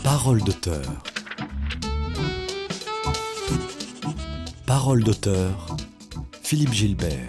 Parole d'auteur. Parole d'auteur, Philippe Gilbert.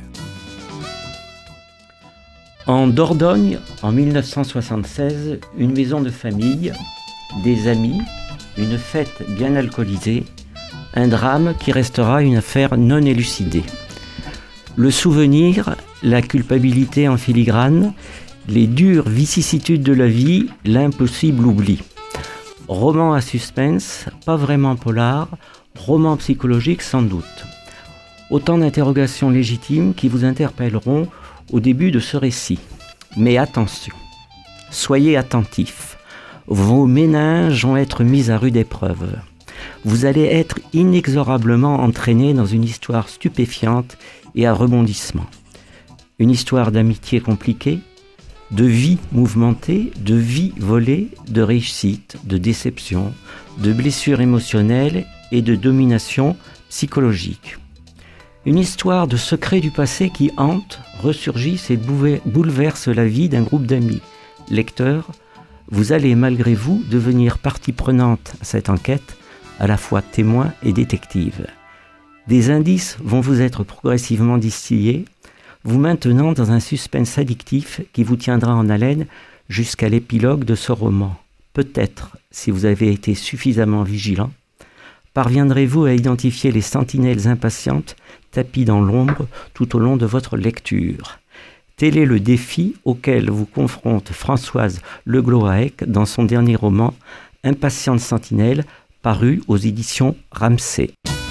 En Dordogne, en 1976, une maison de famille, des amis, une fête bien alcoolisée, un drame qui restera une affaire non élucidée. Le souvenir, la culpabilité en filigrane, les dures vicissitudes de la vie, l'impossible oubli. Roman à suspense, pas vraiment polar, roman psychologique sans doute. Autant d'interrogations légitimes qui vous interpelleront au début de ce récit. Mais attention, soyez attentifs. Vos méninges vont être mis à rude épreuve. Vous allez être inexorablement entraînés dans une histoire stupéfiante et à rebondissement. Une histoire d'amitié compliquée, de vie mouvementée, de vie volée, de réussite, de déception, de blessures émotionnelles et de domination psychologique. Une histoire de secrets du passé qui hantent, ressurgissent et bouleversent la vie d'un groupe d'amis. Lecteurs, vous allez malgré vous devenir partie prenante à cette enquête, à la fois témoin et détective. Des indices vont vous être progressivement distillés, vous maintenant dans un suspense addictif qui vous tiendra en haleine jusqu'à l'épilogue de ce roman. Peut-être, si vous avez été suffisamment vigilant, parviendrez-vous à identifier les sentinelles impatientes tapis dans l'ombre tout au long de votre lecture. Tel est le défi auquel vous confronte Françoise Legloaec dans son dernier roman « Impatiente sentinelle » paru aux éditions Ramsay.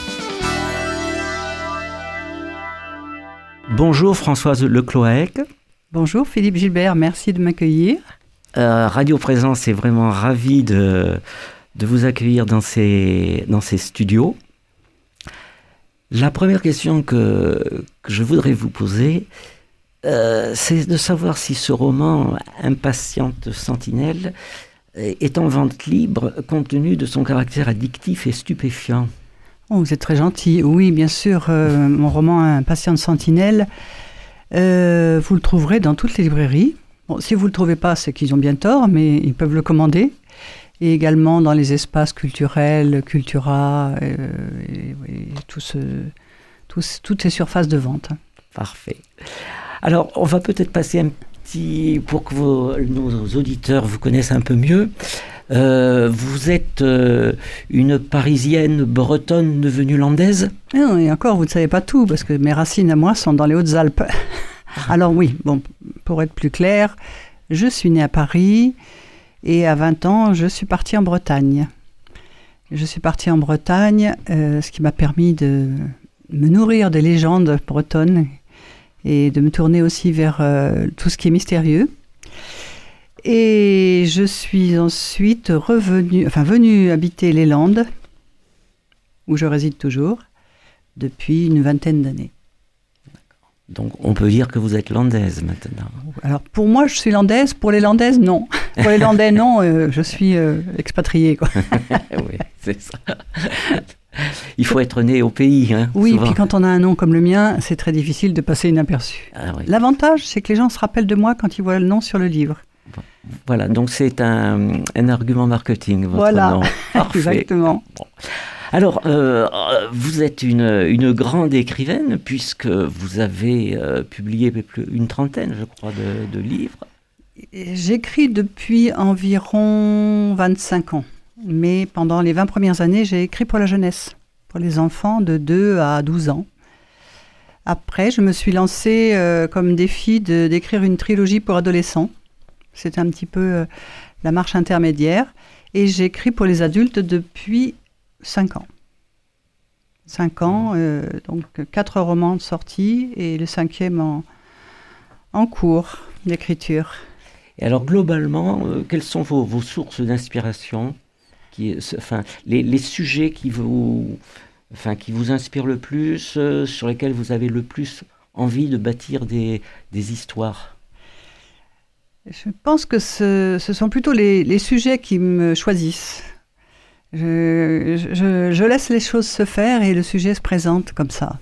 Bonjour Françoise Legloaec. Bonjour Philippe Gilbert, merci de m'accueillir. Radio Présence est vraiment ravi de vous accueillir dans ces studios. La première question que je voudrais vous poser, c'est de savoir si ce roman « Impatiente sentinelle » est en vente libre compte tenu de son caractère addictif et stupéfiant. Oh, vous êtes très gentil. Oui, bien sûr, mon roman « Impatiente sentinelle », vous le trouverez dans toutes les librairies. Bon, si vous ne le trouvez pas, c'est qu'ils ont bien tort, mais ils peuvent le commander. Et également dans les espaces culturels, Cultura, et toutes ces surfaces de vente. Parfait. Alors, on va peut-être passer un petit, pour que nos auditeurs vous connaissent un peu mieux. Vous êtes une Parisienne bretonne devenue landaise ? Non, et encore, vous ne savez pas tout, parce que mes racines à moi sont dans les Hautes-Alpes. Alors oui, bon, pour être plus clair, je suis née à Paris et à 20 ans, je suis partie en Bretagne. Je suis partie en Bretagne, ce qui m'a permis de me nourrir des légendes bretonnes et de me tourner aussi vers tout ce qui est mystérieux. Et je suis ensuite venue habiter les Landes, où je réside toujours, depuis une vingtaine d'années. Donc on peut dire que vous êtes landaise maintenant. Alors pour moi, je suis landaise, pour les landaises, non. Pour les landais, non, je suis expatriée, quoi. Oui, c'est ça. Il faut être né au pays. Hein, oui, souvent. Et puis quand on a un nom comme le mien, c'est très difficile de passer inaperçu. Ah, oui. L'avantage, c'est que les gens se rappellent de moi quand ils voient le nom sur le livre. Voilà, donc c'est un argument marketing, votre voilà. nom. Parfait. Exactement. Bon. Alors, vous êtes une grande écrivaine, puisque vous avez publié une trentaine, je crois, de livres. J'écris depuis environ 25 ans. Mais pendant les 20 premières années, j'ai écrit pour la jeunesse, pour les enfants de 2 à 12 ans. Après, je me suis lancée comme défi d'écrire une trilogie pour adolescents. C'est un petit peu la marche intermédiaire. Et j'écris pour les adultes depuis 5 ans. 5 ans, donc 4 romans sortis et le 5e en cours d'écriture. Et alors globalement, quelles sont vos sources d'inspiration, les sujets qui vous inspirent le plus, sur lesquels vous avez le plus envie de bâtir des histoires ? Je pense que ce sont plutôt les sujets qui me choisissent. Je laisse les choses se faire et le sujet se présente comme ça.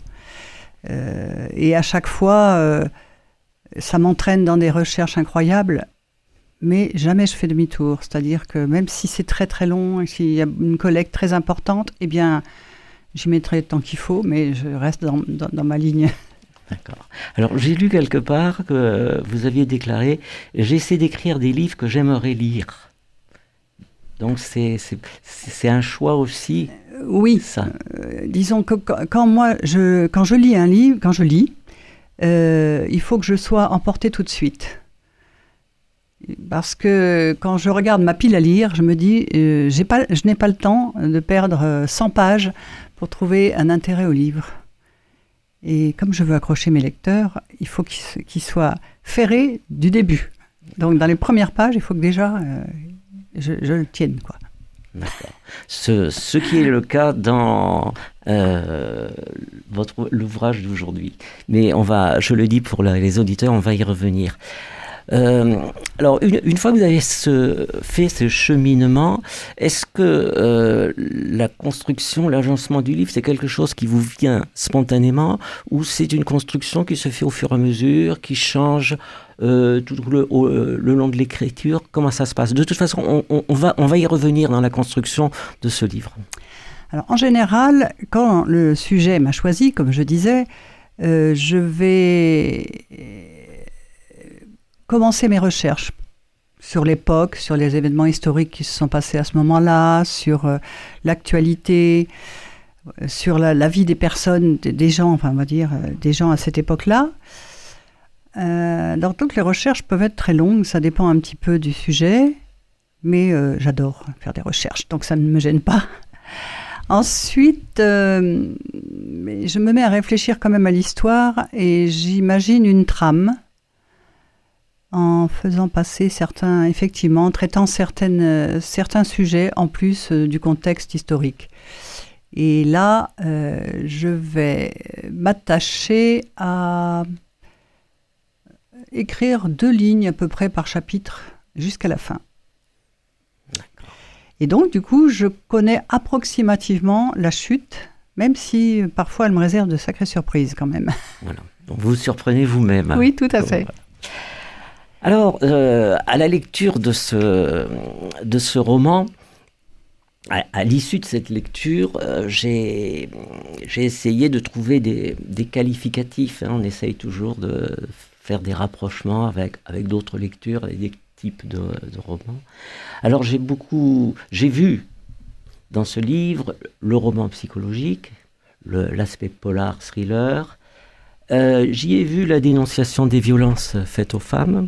Et à chaque fois, ça m'entraîne dans des recherches incroyables mais jamais je fais demi-tour. C'est-à-dire que même si c'est très très long et s'il y a une collecte très importante, eh bien, j'y mettrai le temps qu'il faut, mais je reste dans ma ligne. D'accord. Alors, j'ai lu quelque part que vous aviez déclaré « J'essaie d'écrire des livres que j'aimerais lire ». Donc, c'est un choix aussi, Oui, ça. Disons que quand je lis un livre, il faut que je sois emportée tout de suite. Parce que quand je regarde ma pile à lire, je me dis, je n'ai pas le temps de perdre 100 pages pour trouver un intérêt au livre. Et comme je veux accrocher mes lecteurs, il faut qu'ils soient ferrés du début. Donc dans les premières pages, il faut que déjà je le tienne, quoi. D'accord. Ce qui est le cas dans l'ouvrage d'aujourd'hui. Mais je le dis pour les auditeurs, on va y revenir. Alors, une fois que vous avez fait ce cheminement, est-ce que la construction, l'agencement du livre, c'est quelque chose qui vous vient spontanément ou c'est une construction qui se fait au fur et à mesure, qui change tout le long de l'écriture? Comment ça se passe? De toute façon, on va y revenir dans la construction de ce livre. Alors, en général, quand le sujet m'a choisi, comme je disais, je vais commencer mes recherches sur l'époque, sur les événements historiques qui se sont passés à ce moment-là, sur l'actualité, sur la vie des personnes, des gens, enfin on va dire, des gens à cette époque-là. Donc les recherches peuvent être très longues, ça dépend un petit peu du sujet, mais j'adore faire des recherches, donc ça ne me gêne pas. Ensuite, je me mets à réfléchir quand même à l'histoire et j'imagine une trame en faisant passer traitant certains sujets en plus du contexte historique. Et là, je vais m'attacher à écrire 2 lignes à peu près par chapitre jusqu'à la fin. D'accord. Et donc, du coup, je connais approximativement la chute, même si parfois elle me réserve de sacrées surprises quand même. Voilà. Donc vous surprenez vous-même. Oui, tout à fait. Alors, à la lecture de ce roman, à l'issue de cette lecture, j'ai essayé de trouver des qualificatifs. On essaye toujours de faire des rapprochements avec d'autres lectures et des types de romans. Alors, j'ai vu dans ce livre le roman psychologique, l'aspect polar, thriller. J'y ai vu la dénonciation des violences faites aux femmes.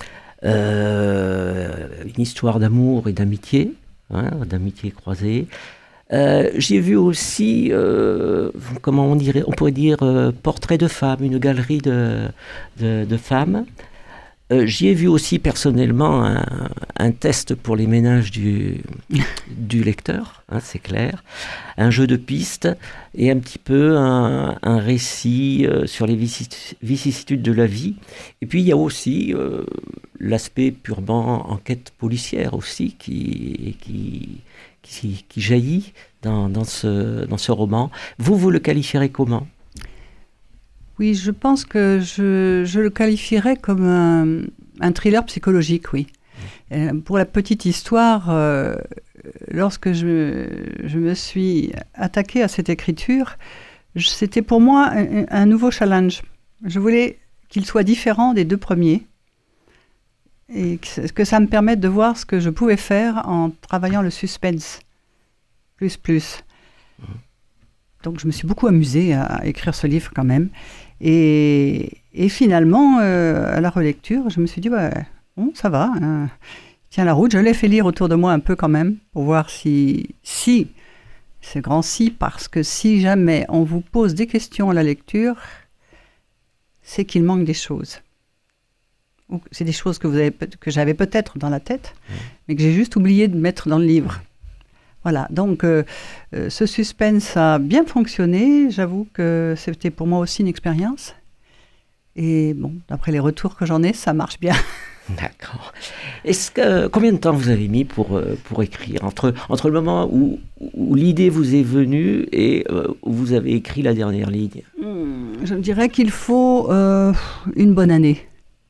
Une histoire d'amour et d'amitié, d'amitié croisée. J'ai vu aussi, on pourrait dire, portrait de femmes, une galerie de femmes. J'y ai vu aussi personnellement un test pour les ménages du lecteur, c'est clair, un jeu de pistes et un petit peu un récit sur les vicissitudes de la vie. Et puis il y a aussi l'aspect purement enquête policière aussi qui jaillit dans ce roman. Vous le qualifierez comment ? Oui, je pense que je le qualifierais comme un thriller psychologique, oui. Pour la petite histoire, lorsque je me suis attaquée à cette écriture, c'était pour moi un nouveau challenge. Je voulais qu'il soit différent des 2 premiers et que ça me permette de voir ce que je pouvais faire en travaillant le suspense. Plus. Donc je me suis beaucoup amusée à écrire ce livre quand même. Et finalement, à la relecture, je me suis dit, bon, ça va, tiens la route. Je l'ai fait lire autour de moi un peu quand même, pour voir si c'est grand si, parce que si jamais on vous pose des questions à la lecture, c'est qu'il manque des choses. Ou c'est des choses que j'avais peut-être dans la tête, mais que j'ai juste oublié de mettre dans le livre. Voilà, donc ce suspense a bien fonctionné. J'avoue que c'était pour moi aussi une expérience. Et bon, d'après les retours que j'en ai, ça marche bien. D'accord. Combien de temps vous avez mis pour écrire entre le moment où l'idée vous est venue et où vous avez écrit la dernière ligne? Je dirais qu'il faut une bonne année.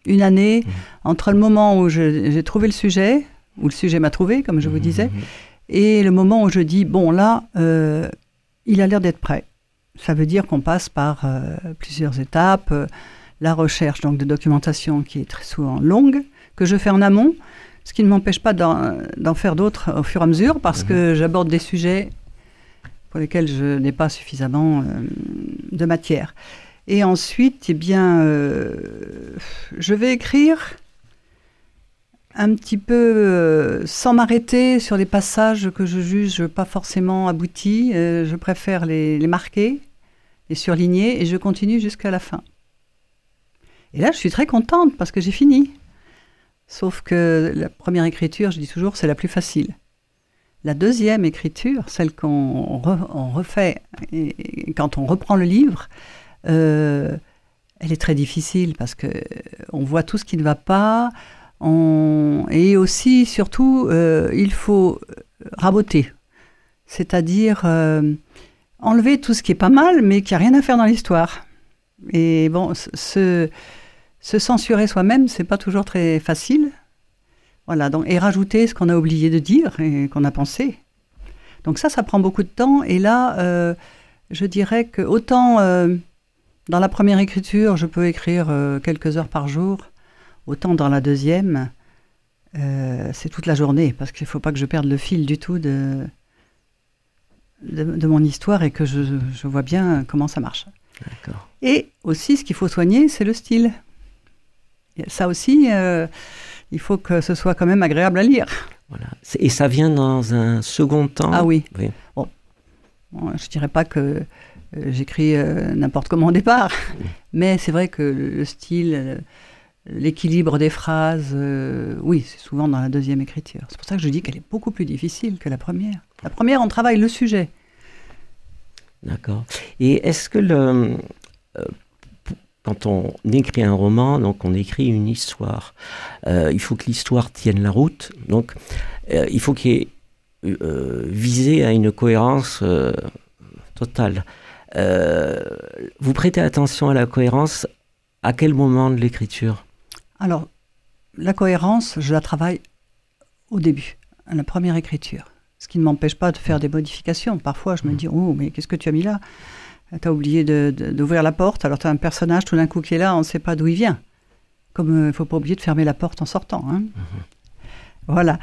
une année entre le moment où j'ai trouvé le sujet, où le sujet m'a trouvé, comme je vous disais, et le moment où je dis, bon là, il a l'air d'être prêt. Ça veut dire qu'on passe par plusieurs étapes, la recherche donc, de documentation qui est très souvent longue, que je fais en amont, ce qui ne m'empêche pas d'en faire d'autres au fur et à mesure, parce que j'aborde des sujets pour lesquels je n'ai pas suffisamment de matière. Et ensuite, eh bien, je vais écrire un petit peu sans m'arrêter sur les passages que je juge pas forcément aboutis. Je préfère les marquer, les surligner, et je continue jusqu'à la fin. Et là, je suis très contente parce que j'ai fini. Sauf que la première écriture, je dis toujours, c'est la plus facile. La deuxième écriture, celle qu'on refait, et quand on reprend le livre, elle est très difficile parce qu'on voit tout ce qui ne va pas. Et aussi, surtout, il faut raboter. C'est-à-dire enlever tout ce qui est pas mal, mais qui n'a rien à faire dans l'histoire. Et bon, se censurer soi-même, c'est pas toujours très facile. Voilà, donc, et rajouter ce qu'on a oublié de dire et qu'on a pensé. Donc ça prend beaucoup de temps. Et là, je dirais que autant dans la première écriture, je peux écrire quelques heures par jour, autant dans la deuxième, c'est toute la journée, parce qu'il ne faut pas que je perde le fil du tout de mon histoire et que je vois bien comment ça marche. D'accord. Et aussi, ce qu'il faut soigner, c'est le style. Et ça aussi, il faut que ce soit quand même agréable à lire. Voilà. Et ça vient dans un second temps. Ah oui. Oui. Bon, je ne dirais pas que j'écris n'importe comment au départ, mais c'est vrai que le style, l'équilibre des phrases, oui, c'est souvent dans la deuxième écriture. C'est pour ça que je dis qu'elle est beaucoup plus difficile que la première. La première, on travaille le sujet. D'accord. Et est-ce que quand on écrit un roman, donc on écrit une histoire, il faut que l'histoire tienne la route. Donc, il faut qu'il y ait visé à une cohérence totale. Vous prêtez attention à la cohérence à quel moment de l'écriture ? Alors, la cohérence, je la travaille au début, à la première écriture. Ce qui ne m'empêche pas de faire des modifications. Parfois, je me dis, oh, mais qu'est-ce que tu as mis là ? Tu as oublié d'ouvrir la porte, alors tu as un personnage tout d'un coup qui est là, on ne sait pas d'où il vient. Comme il ne faut pas oublier de fermer la porte en sortant. Hein. Voilà.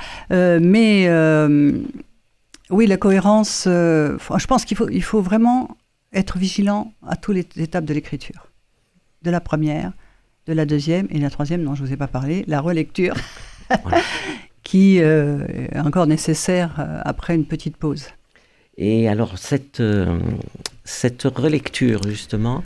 Oui, la cohérence, je pense qu'il faut vraiment être vigilant à toutes les étapes de l'écriture. De la première, de la deuxième et de la troisième, dont je ne vous ai pas parlé, la relecture, voilà. Qui est encore nécessaire après une petite pause. Et alors, cette relecture, justement,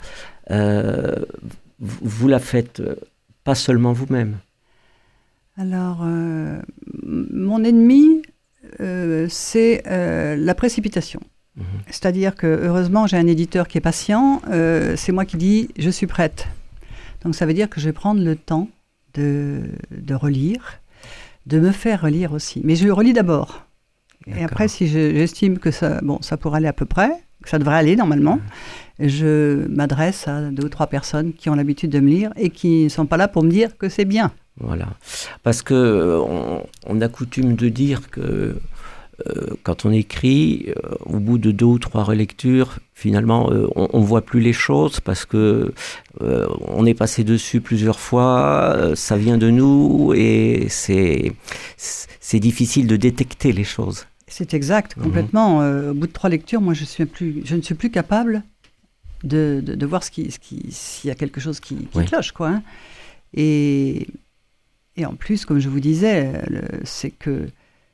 vous la faites pas seulement vous-même. Alors, mon ennemi, c'est la précipitation. C'est-à-dire que, heureusement, j'ai un éditeur qui est patient. C'est moi qui dis « je suis prête ». Donc, ça veut dire que je vais prendre le temps de relire, de me faire relire aussi. Mais je relis d'abord. D'accord. Et après, si j'estime que ça pourrait aller à peu près, que ça devrait aller normalement, je m'adresse à 2 ou 3 personnes qui ont l'habitude de me lire et qui ne sont pas là pour me dire que c'est bien. Voilà. Parce que on a coutume de dire que quand on écrit, au bout de 2 ou 3 relectures, finalement, on ne voit plus les choses parce que on est passé dessus plusieurs fois, ça vient de nous et c'est difficile de détecter les choses. C'est exact, complètement. Au bout de 3 lectures, moi, je ne suis plus capable de voir s'il y a quelque chose qui cloche, quoi. Hein. Et en plus, comme je vous disais, c'est que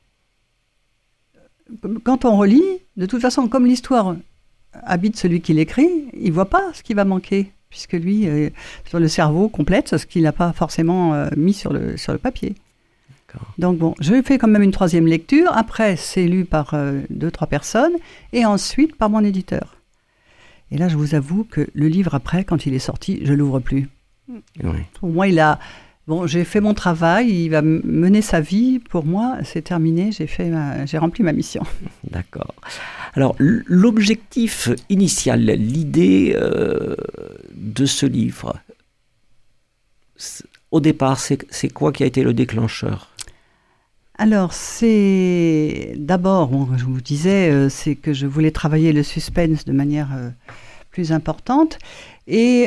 quand on relit, de toute façon, comme l'histoire habite celui qui l'écrit, il ne voit pas ce qui va manquer, puisque lui, sur le cerveau, complète ce qu'il n'a pas forcément mis sur le papier. D'accord. Donc bon, je fais quand même une 3e lecture, après c'est lu par 2-3 personnes, et ensuite par mon éditeur. Et là, je vous avoue que le livre, après, quand il est sorti, je ne l'ouvre plus. Oui. Pour moi, j'ai fait mon travail, il va mener sa vie. Pour moi, c'est terminé, j'ai rempli ma mission. D'accord. Alors, l'objectif initial, l'idée de ce livre, au départ, c'est quoi qui a été le déclencheur? Alors, c'est d'abord, je vous disais, c'est que je voulais travailler le suspense de manière plus importante. Et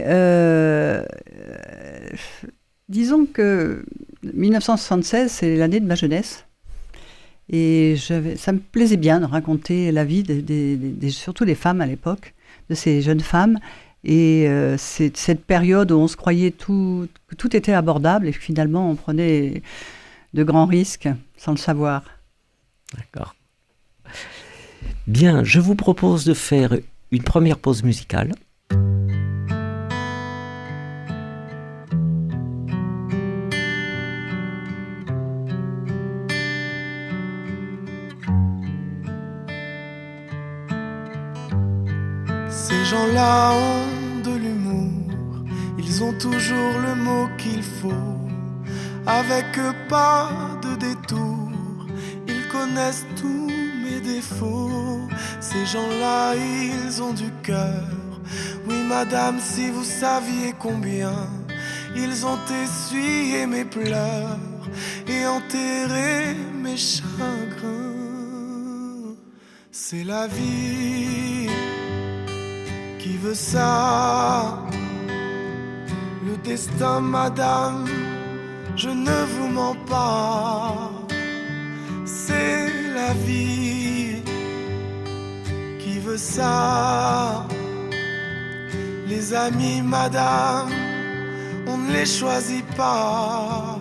disons que 1976, c'est l'année de ma jeunesse. Et ça me plaisait bien de raconter la vie, surtout des femmes à l'époque, de ces jeunes femmes. Et c'est cette période où on se croyait que tout était abordable et finalement on prenait de grands risques sans le savoir. D'accord. Bien, je vous propose de faire une première pause musicale. Ces gens-là ont de l'humour, ils ont toujours le mot qu'il faut. Avec eux, pas de détour, ils connaissent tous mes défauts. Ces gens-là, ils ont du cœur. Oui, madame, si vous saviez combien ils ont essuyé mes pleurs et enterré mes chagrins. C'est la vie qui veut ça, le destin, madame, je ne vous mens pas. C'est la vie qui veut ça. Les amis, madame, on ne les choisit pas.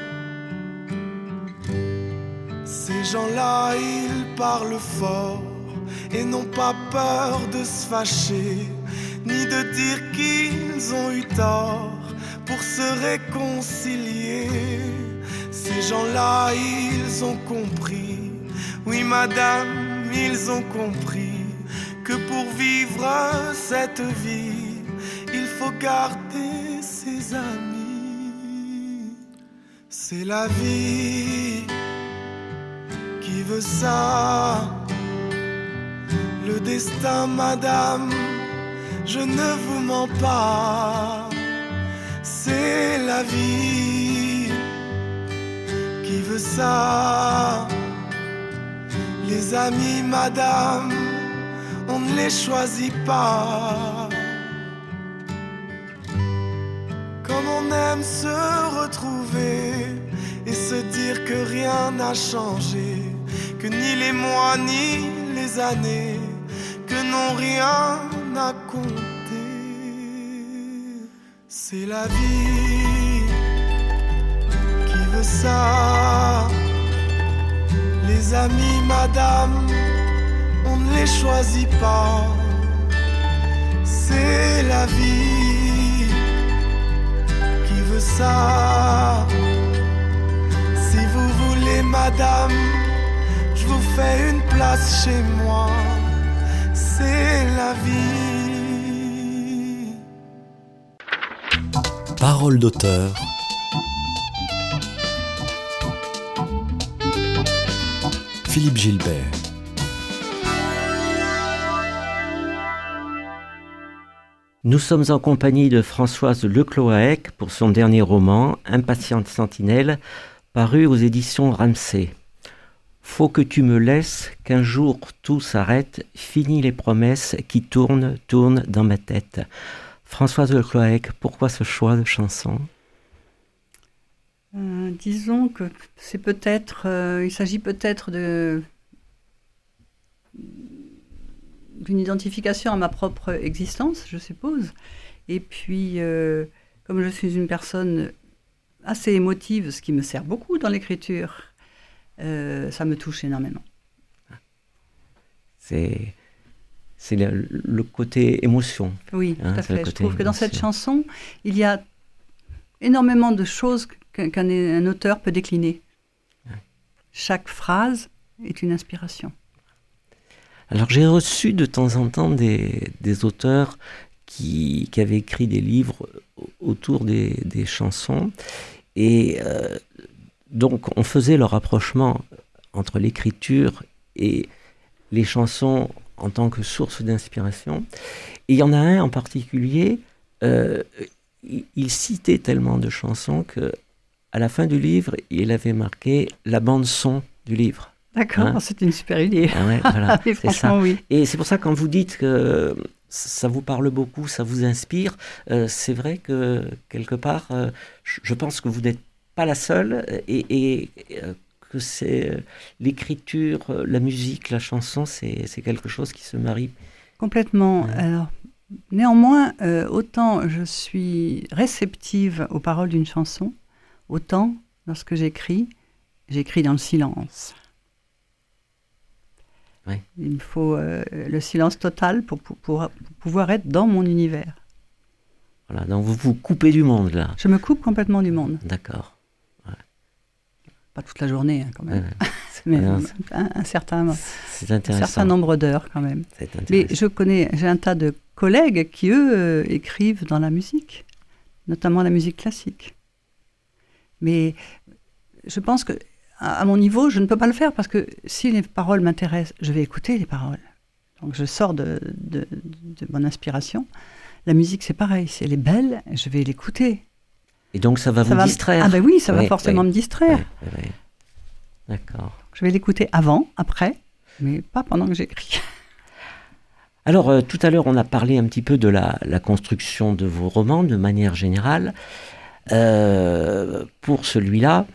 Ces gens-là, ils parlent fort et n'ont pas peur de se fâcher, ni de dire qu'ils ont eu tort pour se réconcilier. Ces gens-là, ils ont compris, oui madame, ils ont compris que pour vivre cette vie, il faut garder ses amis. C'est la vie qui veut ça. Le destin, madame, je ne vous mens pas. C'est la vie qui veut ça. Les amis, madame, on ne les choisit pas. Comme on aime se retrouver et se dire que rien n'a changé, que ni les mois ni les années, que n'ont rien à compter. C'est la vie qui veut ça. Les amis, madame, on ne les choisit pas. C'est la vie qui veut ça. Si vous voulez, madame, je vous fais une place chez moi. C'est la vie. Parole d'auteur. Philippe Gilbert. Nous sommes en compagnie de Françoise Lecloaec pour son dernier roman, Impatiente sentinelle, paru aux éditions Ramsay. Faut que tu me laisses, qu'un jour tout s'arrête, fini les promesses qui tournent dans ma tête. Françoise Lecloaec, pourquoi ce choix de chanson ? Disons que c'est peut-être, il s'agit peut-être d'une identification à ma propre existence, je suppose. Et puis, comme je suis une personne assez émotive, ce qui me sert beaucoup dans l'écriture, ça me touche énormément. C'est le côté émotion. Oui, tout à fait. Je trouve que dans cette émotion. chanson, il y a énormément de choses qu'un auteur peut décliner. Chaque phrase est une inspiration. Alors j'ai reçu de temps en temps des auteurs qui avaient écrit des livres autour des chansons et donc on faisait le rapprochement entre l'écriture et les chansons en tant que source d'inspiration. Et il y en a un en particulier, il citait tellement de chansons que à la fin du livre, il avait marqué la bande-son du livre. D'accord, Hein? c'est une super idée. Ah ouais, voilà, Oui, c'est ça. franchement, oui. Et c'est pour ça, quand vous dites que ça vous parle beaucoup, ça vous inspire, c'est vrai que, quelque part, je pense que vous n'êtes pas la seule et que c'est l'écriture, la musique, la chanson, c'est quelque chose qui se marie. Complètement. Ouais. Alors, néanmoins, autant je suis réceptive aux paroles d'une chanson, autant, lorsque j'écris dans le silence. Ouais. Il me faut le silence total pour pouvoir être dans mon univers. Voilà, donc vous vous coupez du monde, là. Je me coupe complètement du monde. D'accord. Pas toute la journée, hein, quand même. Ouais, Mais non, un certain intéressant. nombre d'heures, quand même. C'est Mais intéressant. j'ai un tas de collègues qui, eux, écrivent dans la musique, notamment la musique classique. Mais je pense que, à mon niveau, je ne peux pas le faire parce que si les paroles m'intéressent, je vais écouter les paroles. Donc je sors de mon inspiration. La musique, c'est pareil. Si elle est belle, je vais l'écouter. Et donc ça va vous distraire. Ah ben oui, ça va Oui, forcément oui. me distraire. Oui. D'accord. Je vais l'écouter avant, après, mais pas pendant que j'écris. Alors, tout à l'heure, on a parlé un petit peu de la construction de vos romans, de manière générale. Pour celui-là,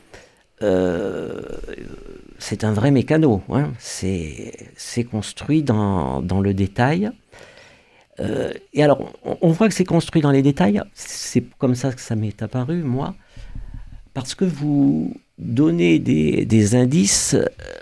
c'est un vrai mécano. Hein. C'est construit dans le détail. Et alors, on voit que c'est construit dans les détails. C'est comme ça que ça m'est apparu, moi, parce que vous donnez des indices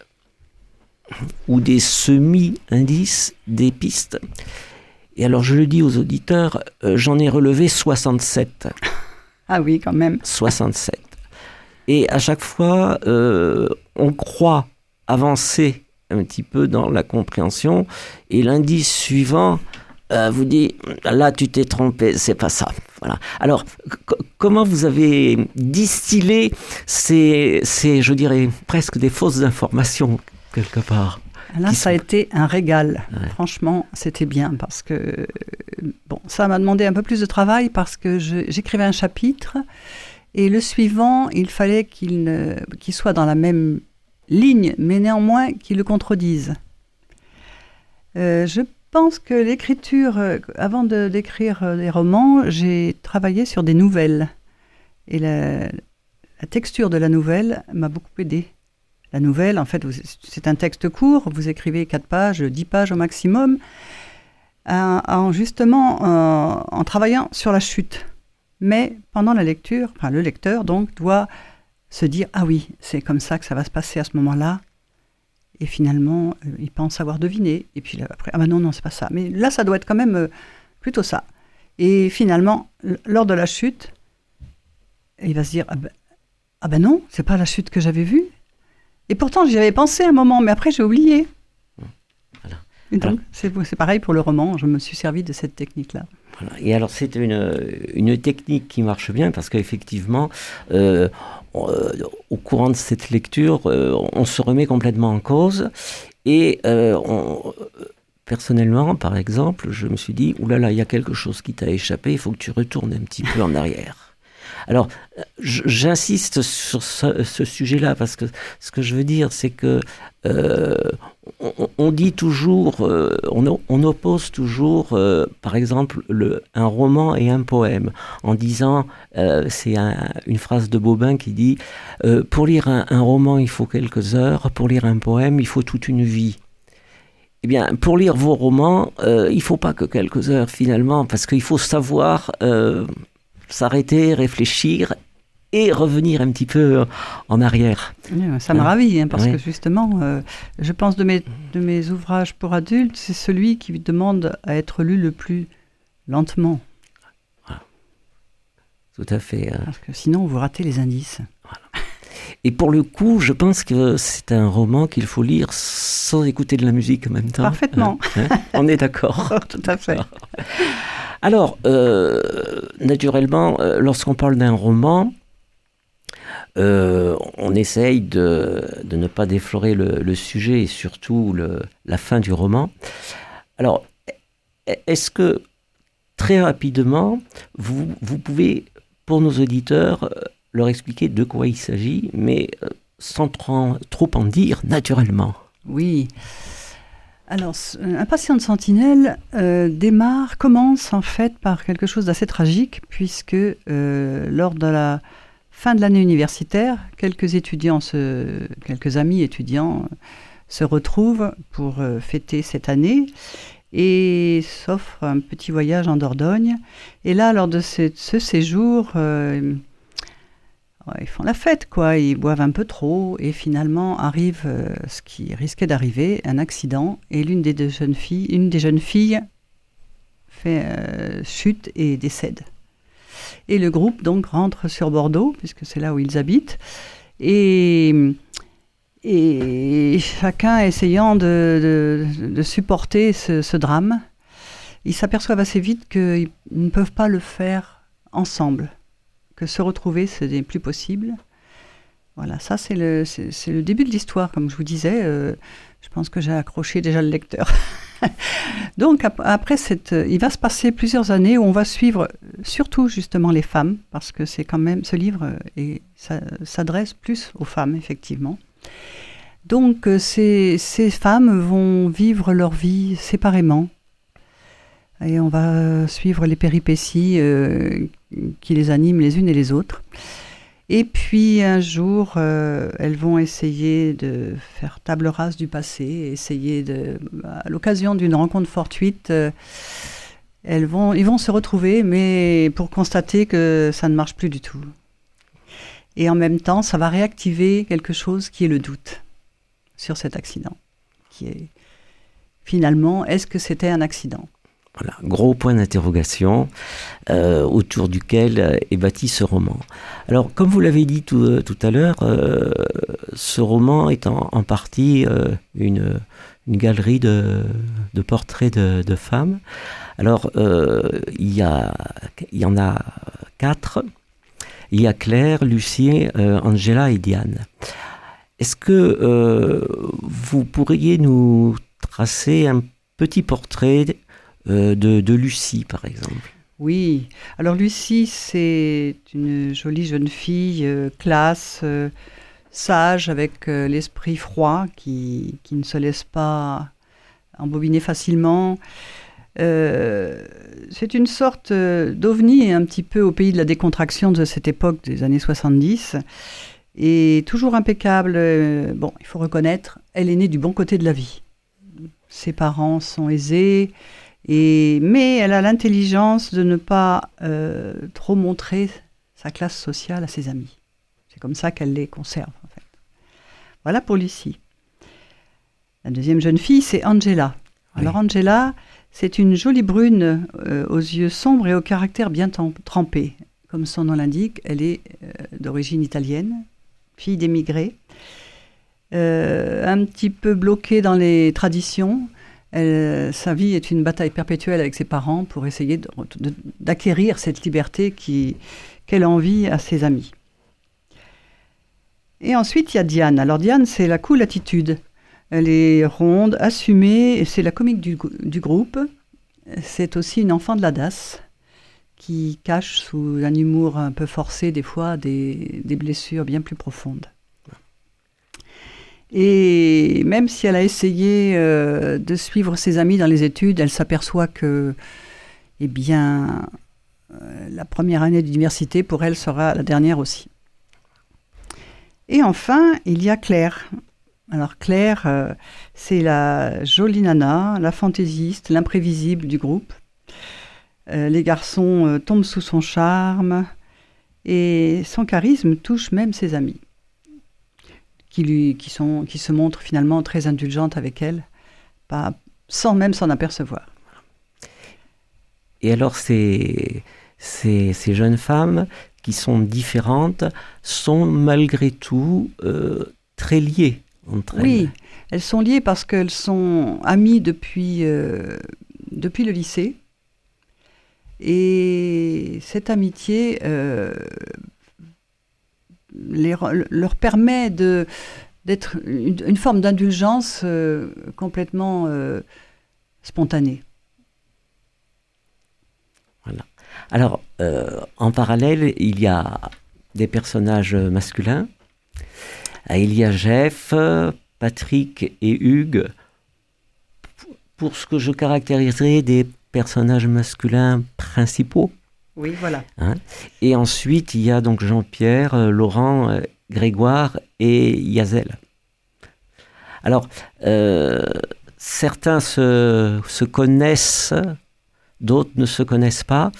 ou des semi-indices, des pistes. Et alors, je le dis aux auditeurs, j'en ai relevé 67. Ah oui, quand même. 67. Et à chaque fois, on croit avancer un petit peu dans la compréhension, et l'indice suivant vous dit, là tu t'es trompé, c'est pas ça. Voilà. Alors, comment vous avez distillé ces, je dirais, presque des fausses informations, quelque part? Là, ça a été un régal. Ouais. Franchement, c'était bien parce que, bon, ça m'a demandé un peu plus de travail parce que j'écrivais un chapitre et le suivant, il fallait qu'il soit dans la même ligne, mais néanmoins qu'il le contredise. Je pense que l'écriture, avant d'écrire des romans, j'ai travaillé sur des nouvelles. Et la texture de la nouvelle m'a beaucoup aidée. La nouvelle, en fait, c'est un texte court, vous écrivez 4 pages, 10 pages au maximum, en travaillant sur la chute. Mais pendant la lecture, enfin, le lecteur donc doit se dire « Ah oui, c'est comme ça que ça va se passer à ce moment-là ». Et finalement, il pense avoir deviné. Et puis là, après, ah ben non, c'est pas ça. Mais là, ça doit être quand même plutôt ça. Et finalement, lors de la chute, il va se dire ah ben non, c'est pas la chute que j'avais vue. Et pourtant, j'y avais pensé un moment, mais après, j'ai oublié. Voilà. Et donc, c'est pareil pour le roman. Je me suis servi de cette technique-là. Voilà. Et alors, c'est une technique qui marche bien parce qu'effectivement, au courant de cette lecture, on se remet complètement en cause. Et personnellement, par exemple, je me suis dit, oulala, il y a quelque chose qui t'a échappé, il faut que tu retournes un petit peu en arrière. Alors, j'insiste sur ce sujet-là parce que ce que je veux dire, c'est que on dit toujours, on oppose toujours, par exemple, un roman et un poème, en disant, c'est une phrase de Bobin qui dit, pour lire un roman, il faut quelques heures, pour lire un poème, il faut toute une vie. Eh bien, pour lire vos romans, il ne faut pas que quelques heures finalement, parce qu'il faut savoir s'arrêter, réfléchir et revenir un petit peu en arrière. Ça me ravit, parce que justement, je pense de mes ouvrages pour adultes, c'est celui qui demande à être lu le plus lentement. Voilà. Tout à fait. Parce que sinon, vous ratez les indices. Voilà. Et pour le coup, je pense que c'est un roman qu'il faut lire sans écouter de la musique en même temps. Parfaitement. On est d'accord. Tout à fait. Alors, naturellement, lorsqu'on parle d'un roman, on essaye de ne pas déflorer le sujet et surtout la fin du roman. Alors, est-ce que très rapidement, vous pouvez, pour nos auditeurs, leur expliquer de quoi il s'agit, mais sans trop en dire naturellement. Oui. Alors, Un patient de sentinelle commence en fait par quelque chose d'assez tragique, puisque lors de la fin de l'année universitaire, quelques amis étudiants se retrouvent pour fêter cette année et s'offrent un petit voyage en Dordogne. Et là, lors de ce séjour, ils font la fête, quoi. Ils boivent un peu trop et finalement arrive ce qui risquait d'arriver, un accident. Et une des jeunes filles chute et décède. Et le groupe donc rentre sur Bordeaux, puisque c'est là où ils habitent. Et chacun essayant de supporter ce drame, ils s'aperçoivent assez vite qu'ils ne peuvent pas le faire ensemble, que se retrouver, ce n'est plus possible. Voilà, ça c'est le début de l'histoire, comme je vous disais. Je pense que j'ai accroché déjà le lecteur. Donc après, il va se passer plusieurs années où on va suivre surtout justement les femmes, parce que c'est quand même ce livre ça s'adresse plus aux femmes, effectivement. Donc ces femmes vont vivre leur vie séparément. Et on va suivre les péripéties qui les animent les unes et les autres. Et puis un jour, elles vont essayer de faire table rase du passé, à l'occasion d'une rencontre fortuite, ils vont se retrouver, mais pour constater que ça ne marche plus du tout. Et en même temps, ça va réactiver quelque chose qui est le doute sur cet accident, qui est finalement, est-ce que c'était un accident ? Voilà, gros point d'interrogation autour duquel est bâti ce roman. Alors, comme vous l'avez dit tout à l'heure, ce roman est en partie une galerie de portraits de femmes. Alors, il y en a 4. Il y a Claire, Lucie, Angela et Diane. Est-ce que vous pourriez nous tracer un petit portrait de Lucie, par exemple? Oui. Alors Lucie, c'est une jolie jeune fille, classe, sage, avec l'esprit froid, qui ne se laisse pas embobiner facilement. C'est une sorte d'ovni un petit peu au pays de la décontraction de cette époque des années 70. Et toujours impeccable. Bon, il faut reconnaître, elle est née du bon côté de la vie. Ses parents sont aisés. Mais elle a l'intelligence de ne pas trop montrer sa classe sociale à ses amis. C'est comme ça qu'elle les conserve, en fait. Voilà pour Lucie. La deuxième jeune fille, c'est Angela. Oui. Alors Angela, c'est une jolie brune aux yeux sombres et au caractère bien trempé. Comme son nom l'indique, elle est d'origine italienne, fille d'émigrés, un petit peu bloquée dans les traditions. Sa vie est une bataille perpétuelle avec ses parents pour essayer d'acquérir cette liberté qu'elle envie à ses amis. Et ensuite, il y a Diane. Alors Diane, c'est la cool attitude. Elle est ronde, assumée, et c'est la comique du groupe. C'est aussi une enfant de la DAS qui cache sous un humour un peu forcé des fois des blessures bien plus profondes. Et même si elle a essayé de suivre ses amis dans les études, elle s'aperçoit que, la première année d'université, pour elle, sera la dernière aussi. Et enfin, il y a Claire. Alors Claire, c'est la jolie nana, la fantaisiste, l'imprévisible du groupe. Les garçons tombent sous son charme et son charisme touche même ses amis. Qui se montre finalement très indulgente avec elle, sans même s'en apercevoir. Et alors ces jeunes femmes qui sont différentes sont malgré tout très liées entre elles. Oui, elles sont liées parce qu'elles sont amies depuis le lycée. Et cette amitié leur permet d'être une forme d'indulgence complètement spontanée. Voilà. Alors, en parallèle, il y a des personnages masculins. Il y a Jeff, Patrick et Hugues, pour ce que je caractériserais des personnages masculins principaux. Oui, voilà. Et ensuite, il y a donc Jean-Pierre, Laurent, Grégoire et Yazel. Alors, certains se connaissent, d'autres ne se connaissent pas.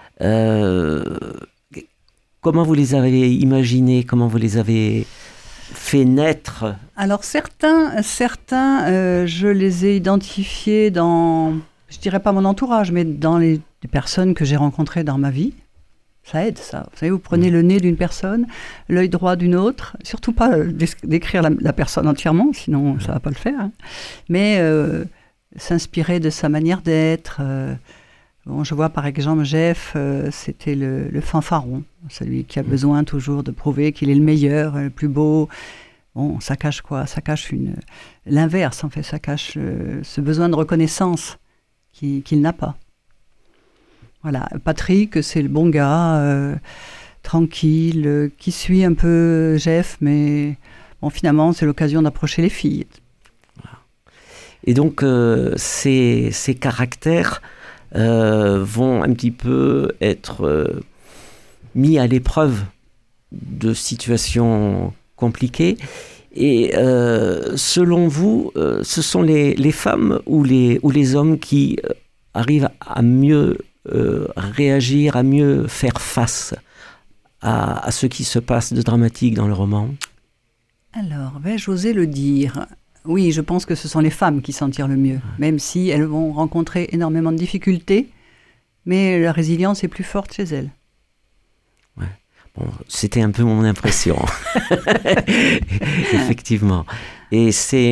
Comment vous les avez imaginés? Comment vous les avez fait naître? Alors certains, je les ai identifiés dans, je dirais pas mon entourage, mais dans les personnes que j'ai rencontrées dans ma vie. Ça aide, ça. Vous savez, vous prenez le nez d'une personne, l'œil droit d'une autre, surtout pas décrire la personne entièrement, sinon ça va pas le faire, hein. Mais s'inspirer de sa manière d'être. Bon, je vois par exemple Jeff, c'était le fanfaron, celui qui a besoin toujours de prouver qu'il est le meilleur, le plus beau. Bon, ça cache quoi? Ça cache l'inverse, en fait, ça cache ce besoin de reconnaissance qu'il n'a pas. Voilà, Patrick, c'est le bon gars, tranquille, qui suit un peu Jeff, mais bon, finalement, c'est l'occasion d'approcher les filles. Et donc, ces caractères vont un petit peu être mis à l'épreuve de situations compliquées. Et selon vous, ce sont les femmes ou les hommes qui arrivent à mieux réagir, à mieux faire face à ce qui se passe de dramatique dans le roman? Alors, vais-je oser le dire? Oui, je pense que ce sont les femmes qui s'en tirent le mieux, même si elles vont rencontrer énormément de difficultés, mais la résilience est plus forte chez elles. Ouais. Bon, c'était un peu mon impression. Effectivement. Et c'est...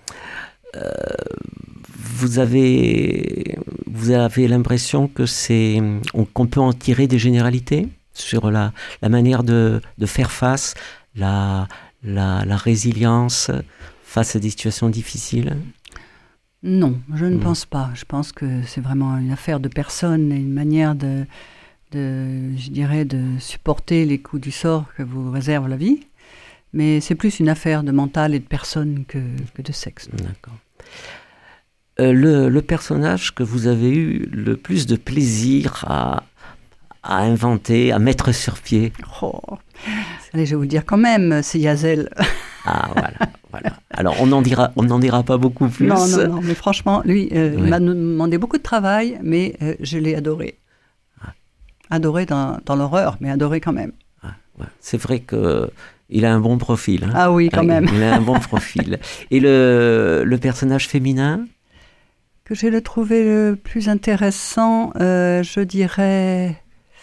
Vous avez l'impression que qu'on peut en tirer des généralités sur la manière de faire face, la résilience face à des situations difficiles? Non, je ne pense pas. Je pense que c'est vraiment une affaire de personne et une manière je dirais, de supporter les coups du sort que vous réserve la vie. Mais c'est plus une affaire de mental et de personne que de sexe. D'accord. Le personnage que vous avez eu le plus de plaisir à inventer, à mettre sur pied? Allez, je vais vous le dire quand même, c'est Yazel. Ah, voilà. Alors, on n'en dira pas beaucoup plus. Non, mais franchement, lui, il m'a demandé beaucoup de travail, mais je l'ai adoré. Adoré dans l'horreur, mais adoré quand même. Ouais. C'est vrai qu'il a un bon profil. Hein. Ah oui, quand même. Il a un bon profil. Et le personnage féminin? Que j'ai le trouvé le plus intéressant, je dirais...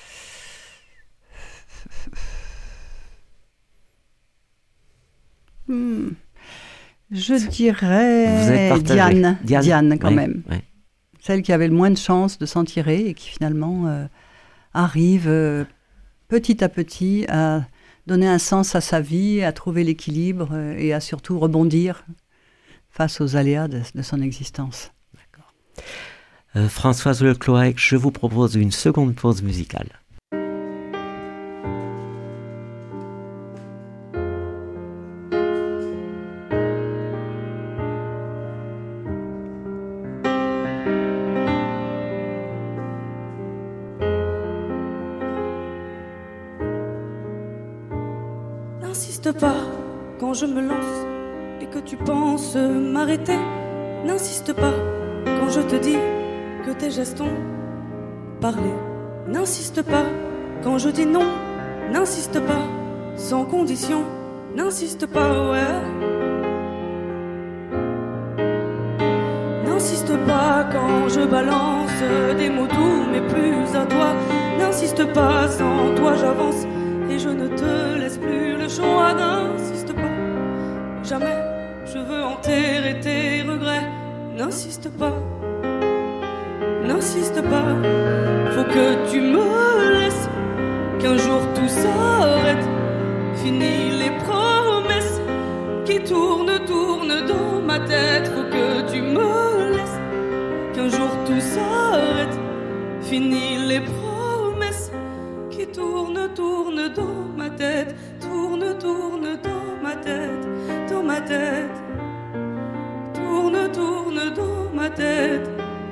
Je dirais Diane quand même. Ouais. Celle qui avait le moins de chances de s'en tirer et qui finalement arrive petit à petit à donner un sens à sa vie, à trouver l'équilibre et à surtout rebondir face aux aléas de son existence. D'accord. Françoise Lecloec, je vous propose une seconde pause musicale. N'insiste pas quand je me lance et que tu penses m'arrêter. N'insiste pas quand je te dis que tes gestes ont parlé. N'insiste pas quand je dis non. N'insiste pas sans condition. N'insiste pas, ouais. N'insiste pas quand je balance des mots doux mais plus à toi. N'insiste pas, sans toi j'avance et je ne te laisse plus le choix. N'insiste pas, jamais je veux enterrer tes regrets. N'insiste pas, n'insiste pas. Faut que tu me laisses, qu'un jour tout s'arrête. Fini les promesses qui tournent dans ma tête. Faut que tu me laisses, qu'un jour tout s'arrête. Fini les promesses qui tournent dans ma tête. ma tête, tourne, tourne dans ma tête, dans ma tête. Tourne, tourne dans ma tête.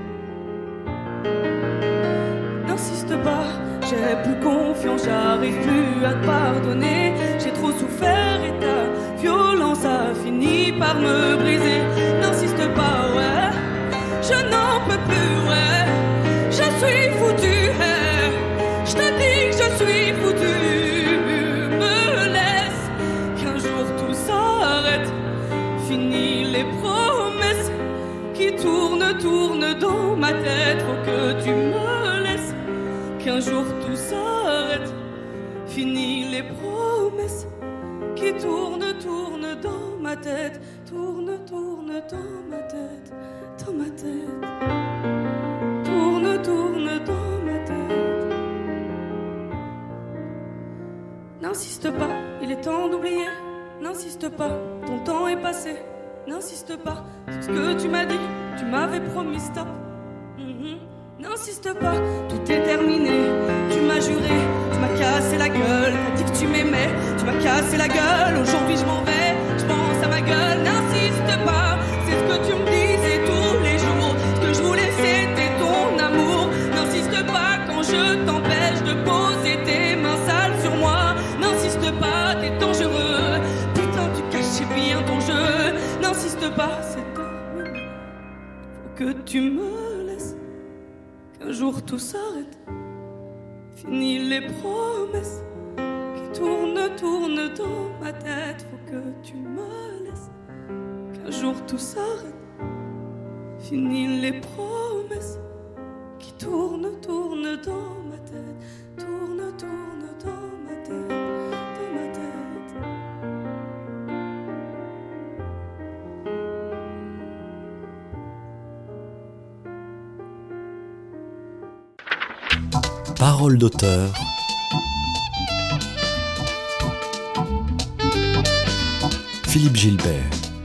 N'insiste pas, j'ai plus confiance, j'arrive plus à te pardonner. J'ai trop souffert et ta violence a fini par me briser. N'insiste pas, ouais, je n'en peux plus, ouais. Je suis foutu, hey. Je te dis que je suis foutu. Me laisse, qu'un jour tout s'arrête. Fini les promesses qui tournent, tournent dans ma tête. Faut que tu me laisses, qu'un jour tout s'arrête. Fini les promesses qui tournent, tournent dans ma tête. Tourne, tourne dans ma tête, dans ma tête. Tourne, tourne dans ma tête. N'insiste pas, il est temps d'oublier. N'insiste pas, ton temps est passé. N'insiste pas, c'est ce que tu m'as dit. Tu m'avais promis stop. N'insiste pas, tout est terminé. Tu m'as juré, tu m'as cassé la gueule. T'as dit que tu m'aimais, tu m'as cassé la gueule. Aujourd'hui je m'en vais, je pense à ma gueule. N'insiste pas, c'est ce que tu me disais tous les jours. Ce que je voulais c'était ton amour. N'insiste pas quand je t'empêche de poser tes mains sales sur moi. N'insiste pas, t'es dangereux. Putain, tu cachais bien ton jeu. N'insiste pas, c'est terminé. Faut que tu me laisses, qu'un jour tout s'arrête. Fini les promesses qui tournent, tournent dans ma tête. Faut que tu me laisses, qu'un jour tout s'arrête. Fini les promesses qui tournent, tournent dans ma tête. Tourne, tourne dans ma tête, dans ma tête. Parole d'auteur. Philippe Gilbert.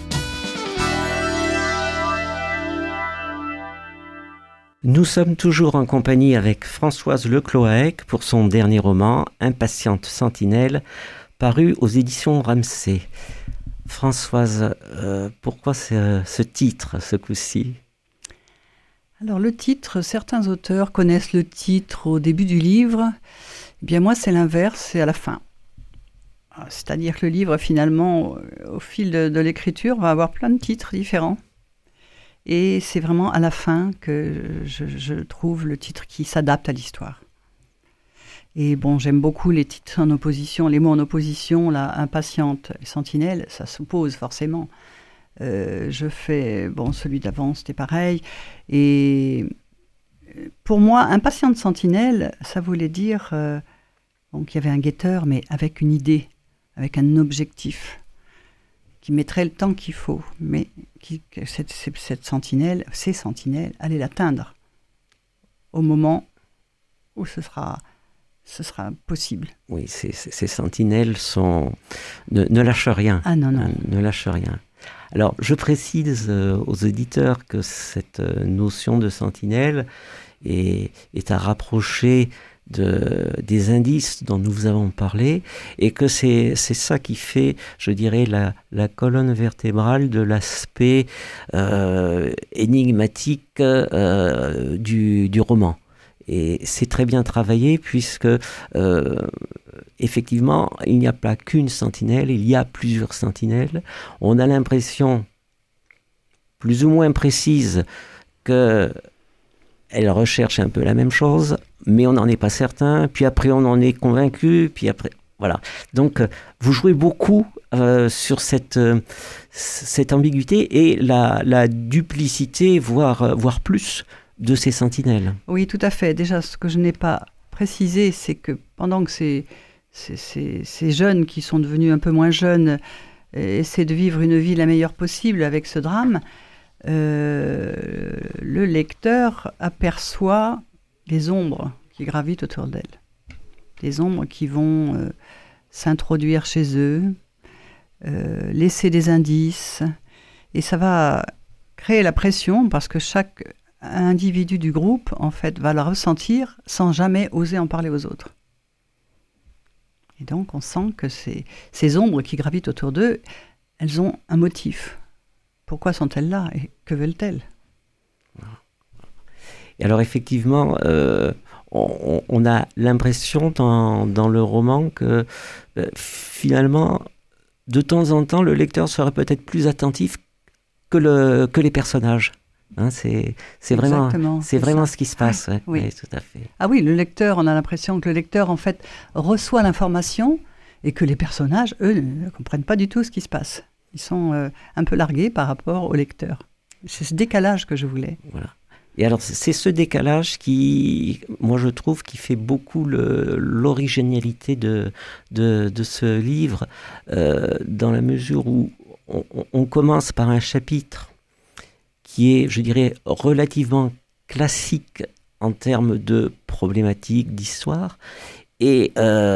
Nous sommes toujours en compagnie avec Françoise Lecloaec pour son dernier roman, Impatiente sentinelle, paru aux éditions Ramsay. Françoise, pourquoi ce titre, ce coup-ci ? Alors le titre, certains auteurs connaissent le titre au début du livre. Eh bien moi c'est l'inverse, c'est à la fin. C'est-à-dire que le livre finalement, au fil de l'écriture, va avoir plein de titres différents. Et c'est vraiment à la fin que je trouve le titre qui s'adapte à l'histoire. Et bon, j'aime beaucoup les titres en opposition, les mots en opposition, là, impatiente et sentinelle, ça s'oppose forcément. Je fais, bon, celui d'avant, c'était pareil. Et pour moi, impatiente sentinelle, ça voulait dire qu'il y avait un guetteur, mais avec une idée, avec un objectif, qui mettrait le temps qu'il faut, mais cette sentinelle, ces sentinelles, allez l'atteindre au moment où ce sera possible. Oui, ces sentinelles ne lâchent rien. Ah non, non. Ne lâchent rien. Alors, je précise aux auditeurs que cette notion de sentinelle est à rapprocher des indices dont nous avons parlé, et que c'est ça qui fait, je dirais, la colonne vertébrale de l'aspect énigmatique du roman. Et c'est très bien travaillé puisque effectivement il n'y a pas qu'une sentinelle, il y a plusieurs sentinelles. On a l'impression plus ou moins précise qu'elle recherche un peu la même chose, mais on n'en est pas certain, puis après on en est convaincu, puis après voilà. Donc vous jouez beaucoup sur cette ambiguïté et la duplicité, voire plus, de ces sentinelles. Oui, tout à fait. Déjà, ce que je n'ai pas précisé, c'est que pendant que ces jeunes qui sont devenus un peu moins jeunes essaient de vivre une vie la meilleure possible avec ce drame, le lecteur aperçoit les ombres qui gravitent autour d'elle. Des ombres qui vont s'introduire chez eux, laisser des indices, et ça va créer la pression parce que chaque individu du groupe, en fait, va la ressentir sans jamais oser en parler aux autres. Et donc, on sent que ces ombres qui gravitent autour d'eux, elles ont un motif. Pourquoi sont-elles là et que veulent-elles ? Et alors, effectivement, on a l'impression dans le roman que, finalement, de temps en temps, le lecteur serait peut-être plus attentif que les personnages. Hein, c'est vraiment ce qui se passe. Ouais, oui. Ouais, tout à fait. Ah oui, le lecteur, on a l'impression que le lecteur, en fait, reçoit l'information et que les personnages, eux, ne comprennent pas du tout ce qui se passe. Ils sont un peu largués par rapport au lecteur. C'est ce décalage que je voulais. Voilà. Et alors, c'est ce décalage qui, moi, je trouve, qui fait beaucoup l'originalité de ce livre, dans la mesure où on commence par un chapitre qui est, je dirais, relativement classique en termes de problématiques, d'histoire, et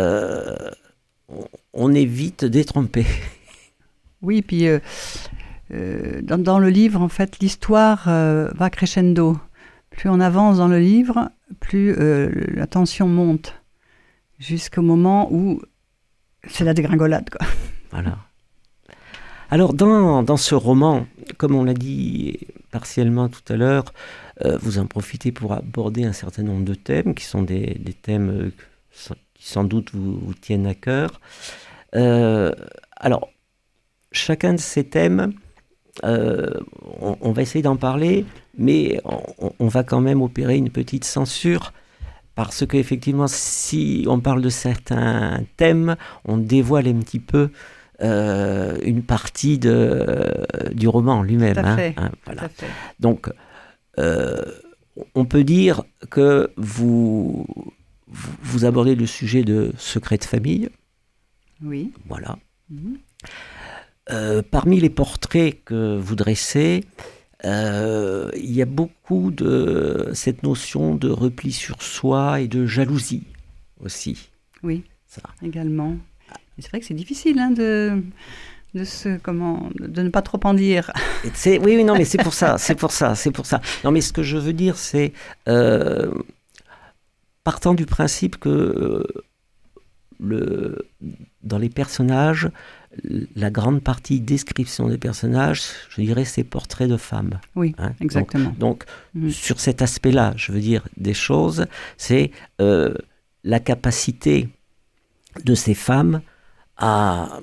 on est vite détrompé. Oui, puis dans le livre, en fait, l'histoire va crescendo. Plus on avance dans le livre, plus la tension monte, jusqu'au moment où c'est la dégringolade, quoi. Voilà. Alors, dans ce roman, comme on l'a dit partiellement tout à l'heure, vous en profitez pour aborder un certain nombre de thèmes, qui sont des thèmes qui sans doute vous tiennent à cœur. Alors, chacun de ces thèmes, on va essayer d'en parler, mais on va quand même opérer une petite censure, parce qu'effectivement, si on parle de certains thèmes, on dévoile un petit peu une partie du roman lui-même. Tout à fait. Voilà. Tout à fait. Donc, on peut dire que vous abordez le sujet de secret de famille. Oui. Voilà. Mm-hmm. Parmi les portraits que vous dressez, il y a beaucoup de cette notion de repli sur soi et de jalousie aussi. Oui, Ça. également. Et c'est vrai que c'est difficile de ne pas trop en dire. Oui, non, mais c'est pour ça. Non, mais ce que je veux dire, c'est partant du principe que dans les personnages, la grande partie description des personnages, je dirais, c'est portraits de femmes. Oui, hein. exactement. Donc sur cet aspect-là, je veux dire, des choses, c'est la capacité de ces femmes à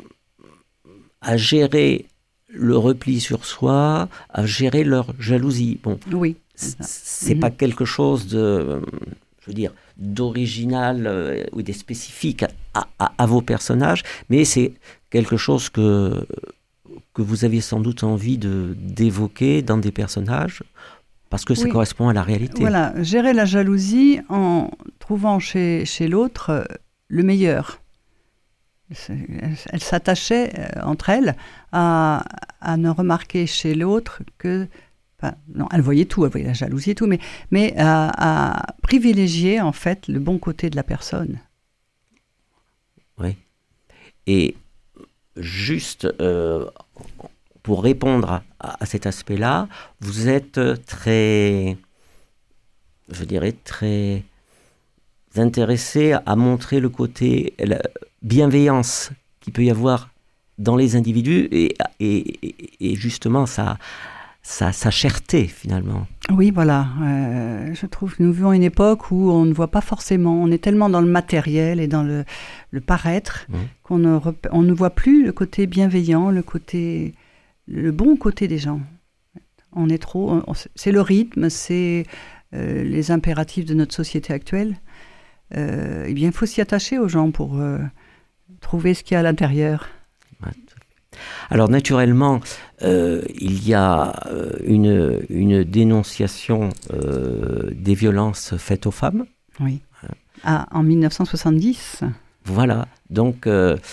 gérer le repli sur soi, à gérer leur jalousie. Bon, oui. C'est pas quelque chose de, je veux dire, d'original ou de spécifique à vos personnages, mais c'est quelque chose que vous aviez sans doute envie d'évoquer dans des personnages, parce que ça correspond à la réalité. Voilà, gérer la jalousie en trouvant chez l'autre le meilleur. Elle s'attachait entre elles à ne remarquer chez l'autre que... non, elle voyait tout, elle voyait la jalousie et tout, mais à privilégier en fait le bon côté de la personne. Oui. Et juste pour répondre à cet aspect-là, vous êtes très, je dirais, très intéressé à montrer le côté, la bienveillance qu'il peut y avoir dans les individus et justement sa cherté finalement. Oui, voilà. Je trouve que nous vivons une époque où on ne voit pas forcément, on est tellement dans le matériel et dans le paraître qu'on ne voit plus le côté bienveillant, le bon côté des gens. On est trop, c'est le rythme, c'est les impératifs de notre société actuelle. Eh bien, il faut s'y attacher aux gens pour trouver ce qu'il y a à l'intérieur. Ouais. Alors naturellement, il y a une dénonciation des violences faites aux femmes. Oui. En 1970. Voilà. Donc,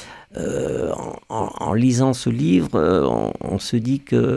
en lisant ce livre, on se dit que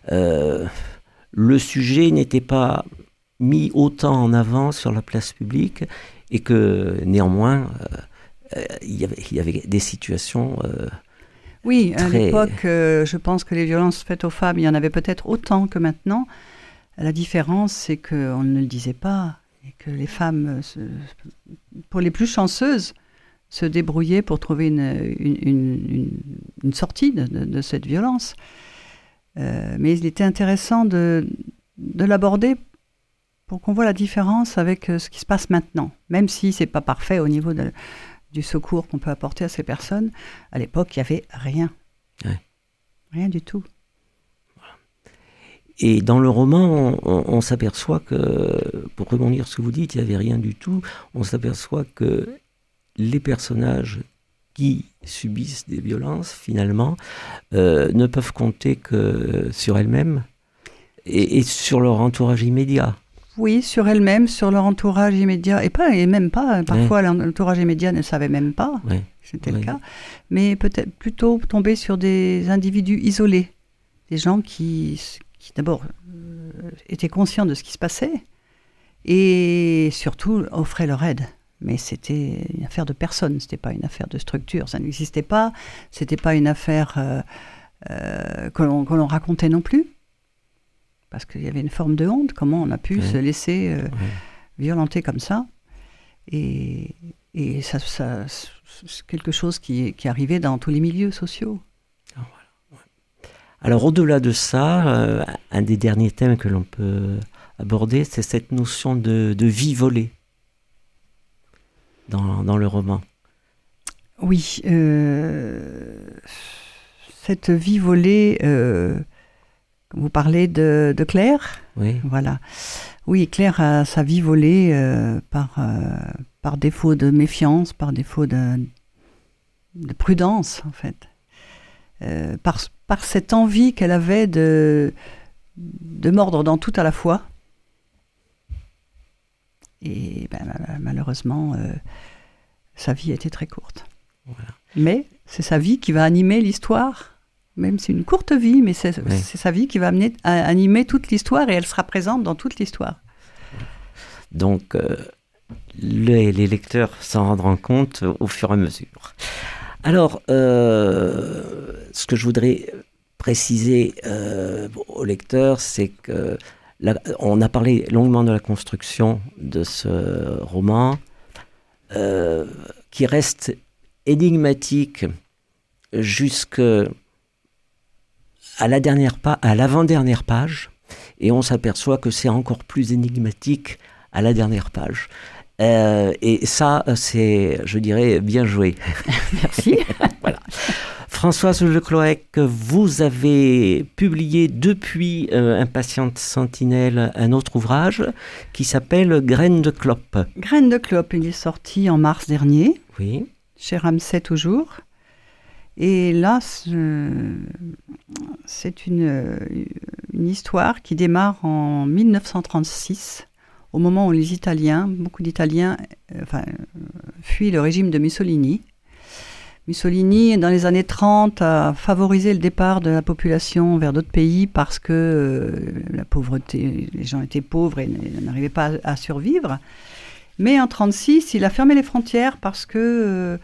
le sujet n'était pas mis autant en avant sur la place publique et que néanmoins, il y avait des situations... Oui, à l'époque, je pense que les violences faites aux femmes, il y en avait peut-être autant que maintenant. La différence, c'est qu'on ne le disait pas et que les femmes, pour les plus chanceuses, se débrouiller pour trouver une sortie de cette violence. Mais il était intéressant de l'aborder pour qu'on voit la différence avec ce qui se passe maintenant. Même si ce n'est pas parfait au niveau du secours qu'on peut apporter à ces personnes, à l'époque, il n'y avait rien. Ouais. Rien du tout. Et dans le roman, on s'aperçoit que, pour rebondir sur ce que vous dites, il n'y avait rien du tout, on s'aperçoit que les personnages qui subissent des violences, finalement, ne peuvent compter que sur elles-mêmes et sur leur entourage immédiat. Oui, sur elles-mêmes, sur leur entourage immédiat, et même pas, parfois l'entourage immédiat ne savait même pas, c'était le cas, mais peut-être plutôt tomber sur des individus isolés, des gens qui d'abord étaient conscients de ce qui se passait, et surtout offraient leur aide. Mais c'était une affaire de personne, c'était pas une affaire de structure, ça n'existait pas, c'était pas une affaire que l'on racontait non plus. Parce qu'il y avait une forme de honte, comment on a pu se laisser violenter comme ça. Et ça c'est quelque chose qui arrivait dans tous les milieux sociaux. Alors au-delà de ça, un des derniers thèmes que l'on peut aborder, c'est cette notion de vie volée dans le roman. Oui, cette vie volée... Vous parlez de Claire ? Oui. Voilà. Oui, Claire a sa vie volée par défaut de méfiance, par défaut de prudence, en fait. Par cette envie qu'elle avait de mordre dans tout à la fois. Et malheureusement, sa vie a été très courte. Voilà. Mais c'est sa vie qui va animer l'histoire. Même si c'est une courte vie, mais c'est sa vie qui va animer toute l'histoire et elle sera présente dans toute l'histoire. Donc, les lecteurs s'en rendront compte au fur et à mesure. Alors, ce que je voudrais préciser aux lecteurs, c'est que on a parlé longuement de la construction de ce roman, qui reste énigmatique jusqu'à l'avant-dernière page, et on s'aperçoit que c'est encore plus énigmatique à la dernière page. Et ça, c'est, je dirais, bien joué. Merci. Voilà. Françoise Le Cloëc, vous avez publié depuis Impatiente Sentinelle un autre ouvrage qui s'appelle Graines de clope. Graines de clope, il est sorti en mars dernier, Oui. chez Ramsay toujours. Et là, c'est une histoire qui démarre en 1936, au moment où beaucoup d'Italiens, fuient le régime de Mussolini. Mussolini, dans les années 30, a favorisé le départ de la population vers d'autres pays parce que la pauvreté, les gens étaient pauvres et n'arrivaient pas à survivre. Mais en 1936, il a fermé les frontières parce que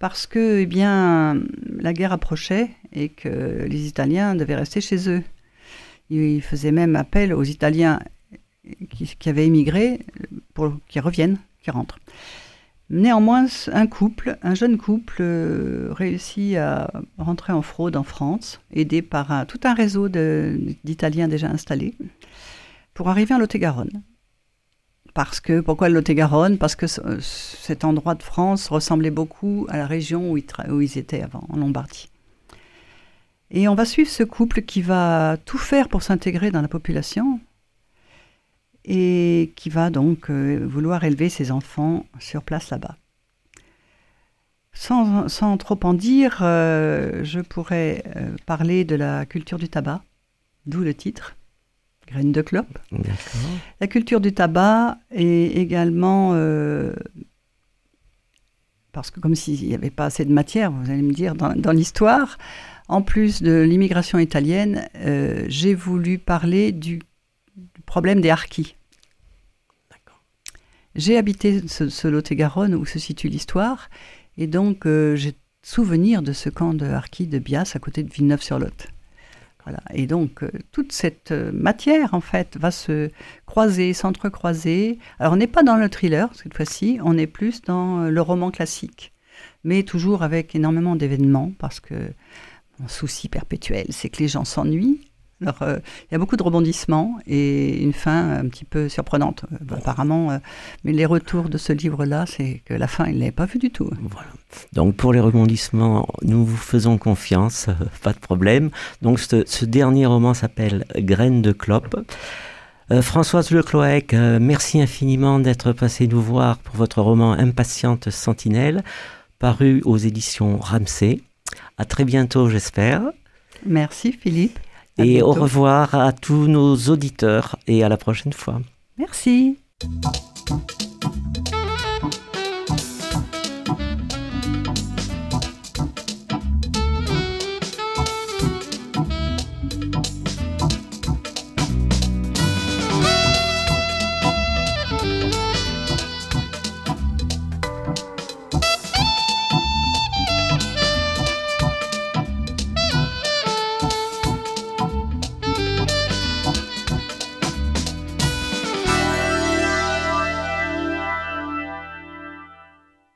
la guerre approchait et que les Italiens devaient rester chez eux. Il faisait même appel aux Italiens qui avaient émigré pour qu'ils reviennent, qu'ils rentrent. Néanmoins, un jeune couple réussit à rentrer en fraude en France, aidé par tout un réseau d'Italiens déjà installés, pour arriver en Lot-et-Garonne. Pourquoi le Lot-et-Garonne ? Parce que cet endroit de France ressemblait beaucoup à la région où ils étaient avant, en Lombardie. Et on va suivre ce couple qui va tout faire pour s'intégrer dans la population et qui va donc vouloir élever ses enfants sur place là-bas. Sans trop en dire, je pourrais parler de la culture du tabac, d'où le titre. Graines de clope. D'accord. La culture du tabac est également, parce que comme s'il n'y avait pas assez de matière, vous allez me dire, dans l'histoire, en plus de l'immigration italienne, j'ai voulu parler du problème des harkis. D'accord. J'ai habité ce Lot-et-Garonne où se situe l'histoire, et donc j'ai souvenir de ce camp de harkis de Bias à côté de Villeneuve-sur-Lot. Voilà. Et donc, toute cette matière, en fait, va se croiser, s'entrecroiser. Alors, on n'est pas dans le thriller, cette fois-ci, on est plus dans le roman classique. mais toujours avec énormément d'événements, parce que mon souci perpétuel, c'est que les gens s'ennuient. Alors, il y a beaucoup de rebondissements et une fin un petit peu surprenante, apparemment. Mais les retours de ce livre-là, c'est que la fin, il ne l'avait pas vu du tout. Voilà. Donc, pour les rebondissements, nous vous faisons confiance, pas de problème. Donc, ce dernier roman s'appelle « Graines de clope ». Françoise Lecloec, merci infiniment d'être passée nous voir pour votre roman « Impatiente sentinelle », paru aux éditions Ramsay. À très bientôt, j'espère. Merci, Philippe. Et au revoir à tous nos auditeurs et à la prochaine fois. Merci.